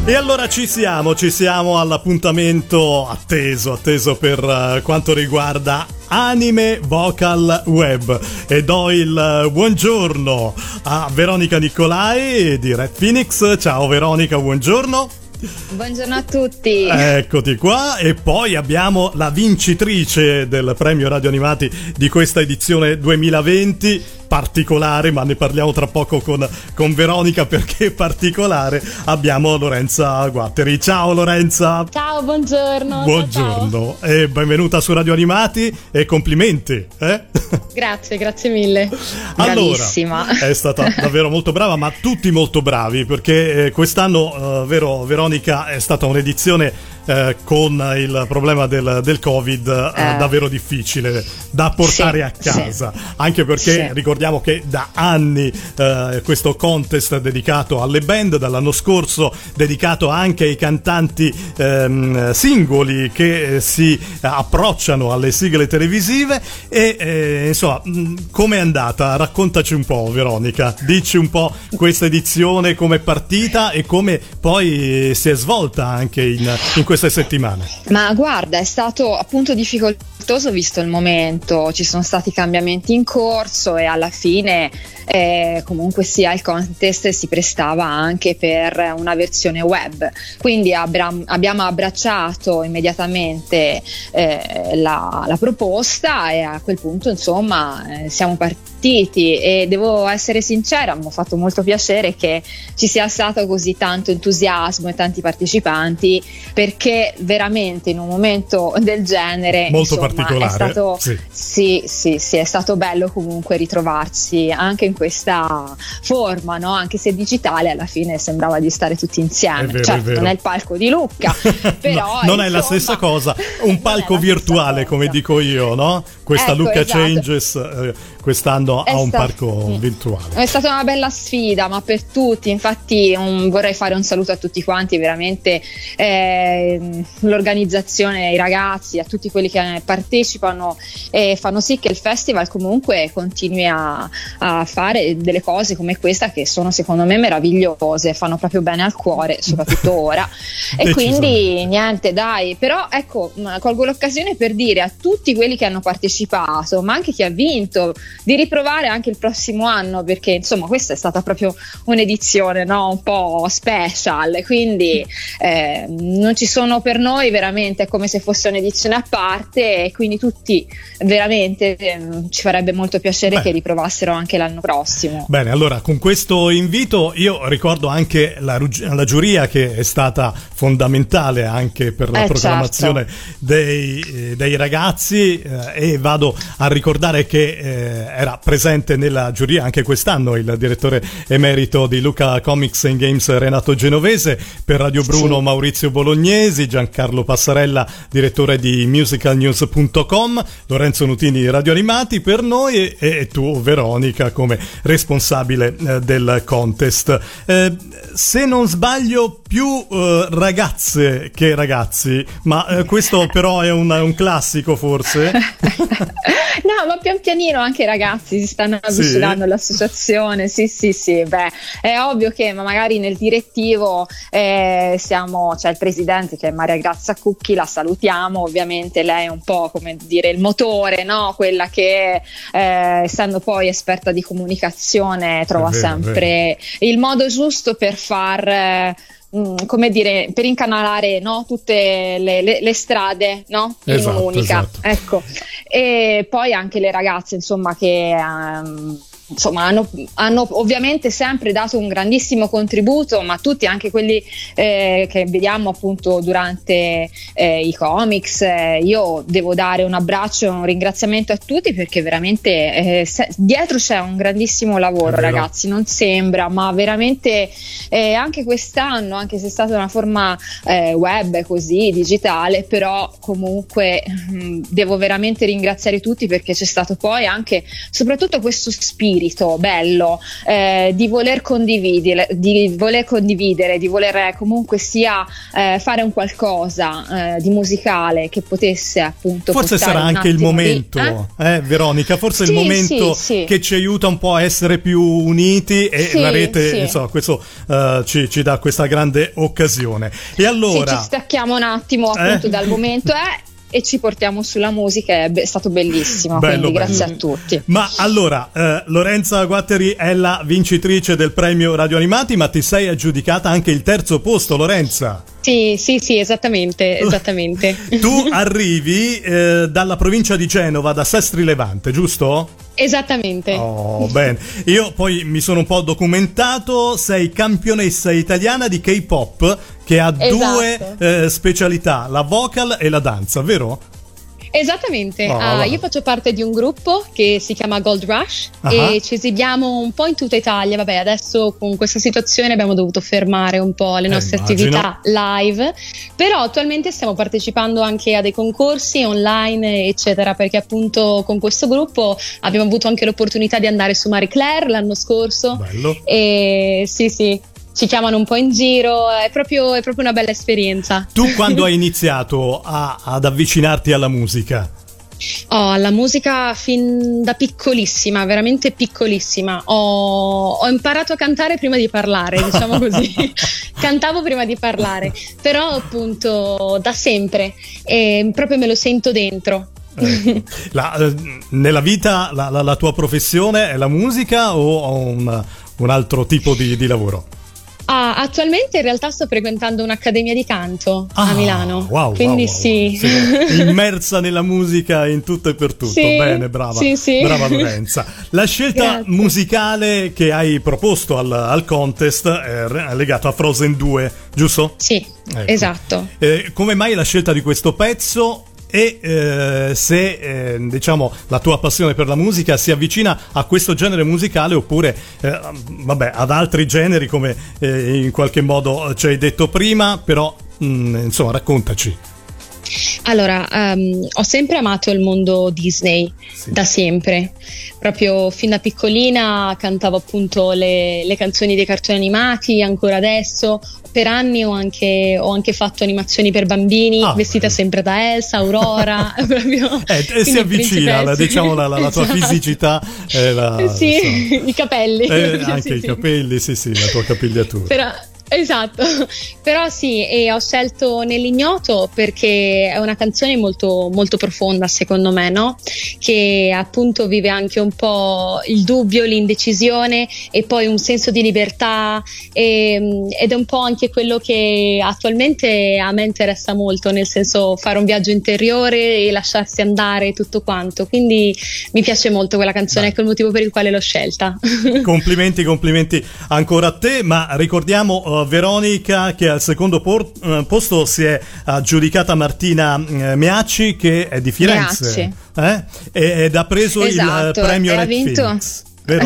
E allora ci siamo all'appuntamento atteso per quanto riguarda Anime Vocal Web, e do il buongiorno a Veronica Nicolai di Red Phoenix. Ciao Veronica, buongiorno. Buongiorno a tutti. Eccoti qua. E poi abbiamo la vincitrice del premio Radio Animati di questa edizione 2020, particolare, ma ne parliamo tra poco con Veronica perché è particolare. Abbiamo Lorenza Guatteri. Ciao Lorenza. Ciao, buongiorno. Buongiorno. Ciao. E benvenuta su Radio Animati e complimenti. Grazie mille. Bravissima. Allora, è stata davvero molto brava, ma tutti molto bravi, perché quest'anno, vero Veronica, è stata un'edizione con il problema del Covid davvero difficile da portare a casa, anche perché ricordiamo che da anni questo contest dedicato alle band, dall'anno scorso dedicato anche ai cantanti singoli che si approcciano alle sigle televisive, e insomma, com'è andata? Raccontaci un po', Veronica, dici un po' questa edizione, come è partita e come poi si è svolta anche in queste settimane. Ma guarda, è stato appunto difficoltoso visto il momento, ci sono stati cambiamenti in corso e alla fine comunque sia il contest si prestava anche per una versione web, quindi abbiamo abbracciato immediatamente la proposta, e a quel punto insomma siamo partiti, e devo essere sincera, mi ha fatto molto piacere che ci sia stato così tanto entusiasmo e tanti partecipanti, perché veramente in un momento del genere molto insomma, particolare, è stato, sì, è stato bello comunque ritrovarsi anche in questa forma, no? Anche se digitale, alla fine sembrava di stare tutti insieme. Certo, non è il palco di Lucca, però no, non è la stessa cosa, un palco virtuale, come dico io, no? Questa Lucca esatto. Changes quest'anno ha un parco virtuale. È stata una bella sfida, ma per tutti. Infatti vorrei fare un saluto a tutti quanti, veramente l'organizzazione, i ragazzi, a tutti quelli che partecipano e fanno sì che il festival comunque continui a fare delle cose come questa, che sono secondo me meravigliose, fanno proprio bene al cuore, soprattutto ora. E quindi niente, dai, però ecco, colgo l'occasione per dire a tutti quelli che hanno partecipato, ma anche chi ha vinto, di riprovare anche il prossimo anno, perché insomma questa è stata proprio un'edizione, no? Un po' special, quindi non ci sono, per noi veramente è come se fosse un'edizione a parte, e quindi tutti veramente ci farebbe molto piacere che riprovassero anche l'anno prossimo. Bene, allora con questo invito io ricordo anche la giuria, che è stata fondamentale anche per la programmazione dei ragazzi, e vado a ricordare che era presente nella giuria anche quest'anno il direttore emerito di Lucca Comics and Games Renato Genovese, per Radio Bruno Maurizio Bolognesi, Giancarlo Passarella direttore di musicalnews.com, Lorenzo Nutini Radio Animati per noi, e tu Veronica come responsabile del contest. Se non sbaglio più ragazze che ragazzi, ma questo però è un classico forse? No, ma pian pianino anche i ragazzi si stanno avvicinando all'associazione, sì, beh, è ovvio che magari nel direttivo c'è il presidente, che è Maria Grazia Cucchi, la salutiamo, ovviamente lei è un po' come dire il motore, no? Quella che essendo poi esperta di comunicazione trova sempre il modo giusto per far come dire, per incanalare, no? Tutte le strade, no? In un'unica, ecco. E poi anche le ragazze, insomma, che insomma hanno ovviamente sempre dato un grandissimo contributo, ma tutti, anche quelli che vediamo appunto durante i comics, io devo dare un abbraccio e un ringraziamento a tutti, perché veramente dietro c'è un grandissimo lavoro, ragazzi, non sembra, ma veramente anche quest'anno, anche se è stata una forma web così digitale, però comunque devo veramente ringraziare tutti, perché c'è stato poi anche soprattutto questo spirito spirito bello di voler condividere, di voler comunque sia fare un qualcosa di musicale che potesse appunto forse sarà anche il momento Veronica, forse il momento che ci aiuta un po' a essere più uniti, e la rete insomma questo ci dà questa grande occasione. E allora ci stacchiamo un attimo appunto dal momento e ci portiamo sulla musica, è stato bellissimo, quindi grazie a tutti. Ma allora Lorenza Guatteri è la vincitrice del premio Radio Animati, ma ti sei aggiudicata anche il terzo posto, Lorenza. Sì, esattamente. Tu arrivi dalla provincia di Genova, da Sestri Levante, giusto? Esattamente. Oh, bene. Io poi mi sono un po' documentato, sei campionessa italiana di K-pop, che ha due specialità, la vocal e la danza, vero? Esattamente, io faccio parte di un gruppo che si chiama Gold Rush e ci esibiamo un po' in tutta Italia. Vabbè, adesso con questa situazione abbiamo dovuto fermare un po' le nostre attività live, però attualmente stiamo partecipando anche a dei concorsi online eccetera, perché appunto con questo gruppo abbiamo avuto anche l'opportunità di andare su Marie Claire l'anno scorso. Bello. E sì, ci chiamano un po' in giro, è proprio una bella esperienza. Tu quando hai iniziato ad avvicinarti alla musica? Alla musica fin da piccolissima, veramente piccolissima. Ho imparato a cantare prima di parlare, diciamo così. Cantavo prima di parlare, però appunto da sempre, e proprio me lo sento dentro. Nella vita la tua professione è la musica o un altro tipo di lavoro? Attualmente in realtà sto frequentando un'accademia di canto a Milano, quindi sì. Immersa nella musica in tutto e per tutto. Bene, brava, brava Lorenza. La scelta musicale che hai proposto al contest è legata a Frozen 2, giusto? Sì, ecco. Esatto. Come mai la scelta di questo pezzo? E se diciamo la tua passione per la musica si avvicina a questo genere musicale oppure ad altri generi, come in qualche modo ci hai detto prima, però insomma raccontaci. Allora, ho sempre amato il mondo Disney, da sempre, proprio fin da piccolina cantavo appunto le canzoni dei cartoni animati, ancora adesso. Per anni ho anche fatto animazioni per bambini, vestita sempre da Elsa, Aurora, proprio. Si avvicina, diciamo, la tua fisicità. I capelli. Anche i capelli, la tua capigliatura. Esatto, però sì, e ho scelto Nell'ignoto perché è una canzone molto, molto profonda secondo me, no? Che appunto vive anche un po' il dubbio, l'indecisione e poi un senso di libertà, ed è un po' anche quello che attualmente a me interessa molto, nel senso fare un viaggio interiore e lasciarsi andare tutto quanto, quindi mi piace molto quella canzone, ecco il motivo per il quale l'ho scelta. Complimenti ancora a te, ma ricordiamo Veronica che al secondo posto si è aggiudicata Martina Meacci, che è di Firenze ed ha preso il premio Red Phoenix, vero?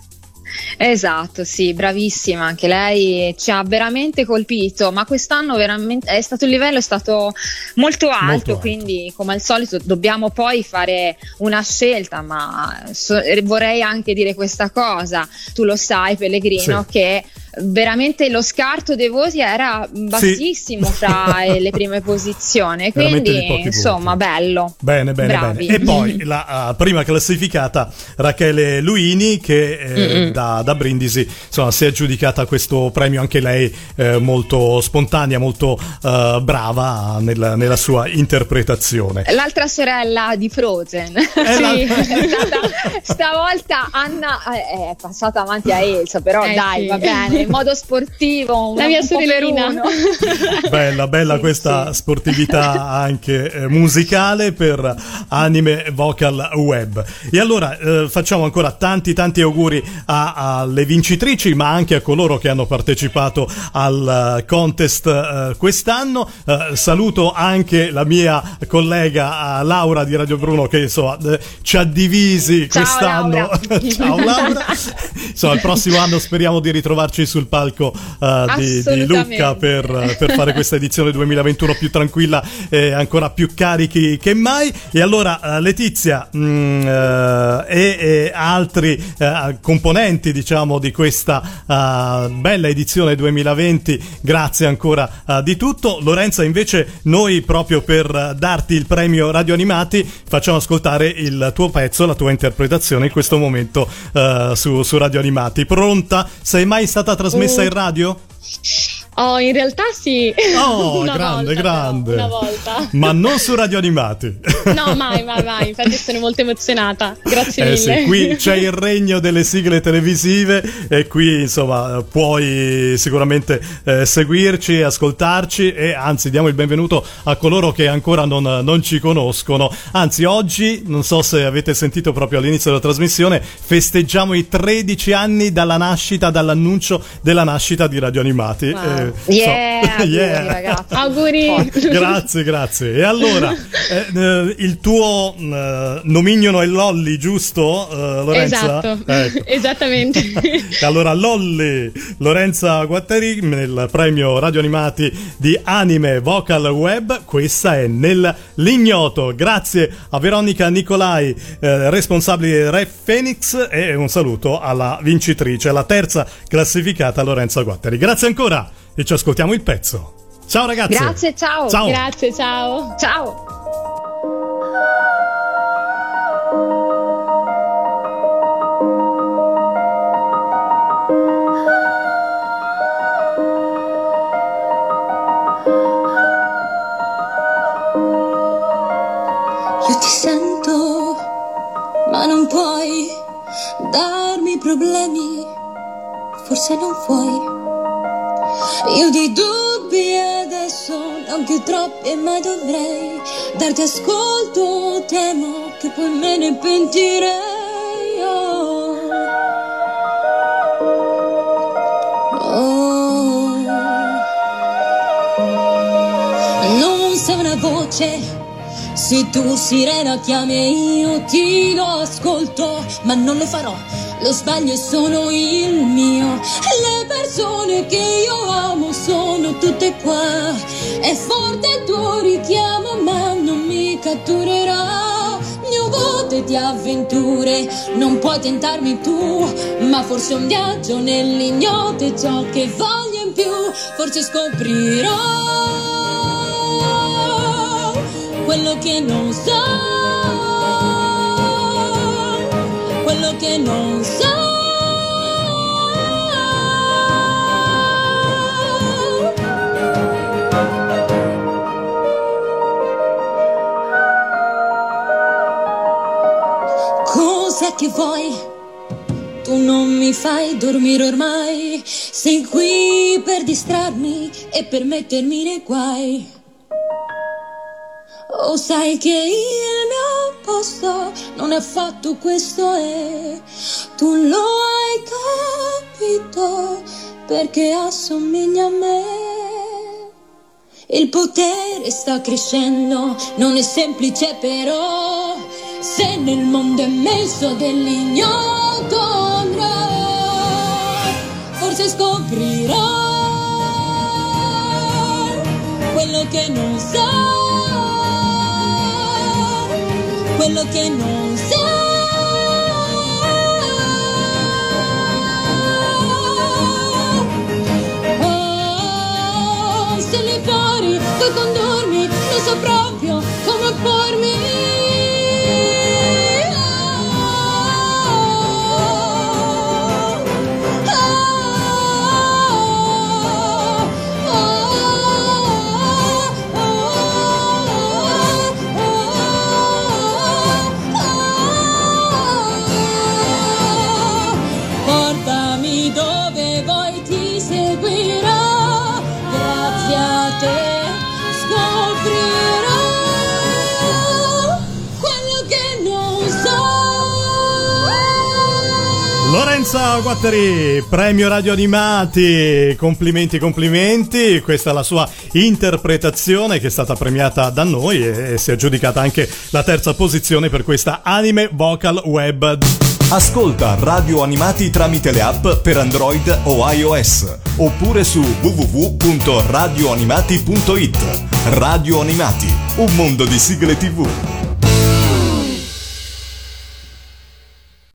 Esatto, sì, bravissima anche lei, ci ha veramente colpito, ma quest'anno veramente il livello è stato molto alto, quindi come al solito dobbiamo poi fare una scelta, ma vorrei anche dire questa cosa, tu lo sai Pellegrino, che veramente lo scarto dei voti era bassissimo fra le prime posizioni, quindi insomma bello. Bene. E poi la prima classificata Rachele Luini, che da Brindisi insomma si è aggiudicata questo premio, anche lei molto spontanea, molto brava nella sua interpretazione. L'altra sorella di Frozen stavolta Anna è passata avanti a Elsa, però va bene, in modo sportivo, la mia sorellina. Bella questa sportività anche musicale per Anime Vocal Web. E allora facciamo ancora tanti auguri alle vincitrici, ma anche a coloro che hanno partecipato al contest quest'anno. Saluto anche la mia collega Laura di Radio Bruno, che insomma ci ha divisi quest'anno. Ciao Laura. Insomma, il prossimo anno speriamo di ritrovarci sul palco di Lucca per fare questa edizione 2021 più tranquilla e ancora più carichi che mai. E allora Letizia e altri componenti, diciamo, di questa bella edizione 2020, grazie ancora di tutto. Lorenza, invece noi proprio per darti il premio Radio Animati facciamo ascoltare il tuo pezzo, la tua interpretazione in questo momento su Radio Animati. Pronta? Sei mai stata trasmessa in radio? Oh, in realtà sì. Oh, grande. Una volta. Ma non su Radio Animati. No, mai. Infatti sono molto emozionata. Grazie mille. Sì, qui c'è il regno delle sigle televisive e qui, insomma, puoi sicuramente seguirci, ascoltarci e anzi diamo il benvenuto a coloro che ancora non ci conoscono. Anzi, oggi, non so se avete sentito proprio all'inizio della trasmissione, festeggiamo i 13 anni dall'annuncio della nascita di Radio Animati. Wow. Auguri, ragazzi. Auguri. Grazie. E allora il tuo nomignolo è Lolli, giusto, Lorenza? Esatto, ecco. Esattamente. Allora Lolli, Lorenza Guattari nel premio Radio Animati di Anime Vocal Web. Questa è Nell'ignoto. Grazie a Veronica Nicolai, responsabile Re Phoenix, e un saluto alla vincitrice, la terza classificata, Lorenza Guattari. Grazie ancora e ci ascoltiamo il pezzo. Ciao ragazzi. Grazie, ciao. Grazie, ciao. Ciao. Io ti sento, ma non puoi darmi problemi, forse non vuoi. Io di dubbi adesso non più troppi, ma dovrei darti ascolto, temo che poi me ne pentirei. Non sei una voce, se tu sirena chiami e io ti do ascolto, ma non lo farò. Lo sbaglio è solo il mio. Le persone che io amo sono tutte qua. È forte il tuo richiamo, ma non mi catturerà. Mio botte di avventure, non puoi tentarmi tu, ma forse un viaggio nell'ignoto è ciò che voglio in più. Forse scoprirò quello che non so, quello che non so. Cos'è che vuoi? Tu non mi fai dormire ormai, sei qui per distrarmi e per mettermi nei guai. Oh, sai che il mio posto non è affatto questo e tu lo hai capito perché assomiglia a me. Il potere sta crescendo, non è semplice però, se nel mondo è messo dell'ignoto andrò, forse scoprirò quello che non so, quello che non so. Oh, se le fuori puoi condurmi, non so proprio come pormi. Lorenza Guattari, premio Radio Animati, complimenti, questa è la sua interpretazione che è stata premiata da noi e si è aggiudicata anche la terza posizione per questa Anime Vocal Web. Ascolta Radio Animati tramite le app per Android o iOS oppure su www.radioanimati.it. Radio Animati, un mondo di sigle TV.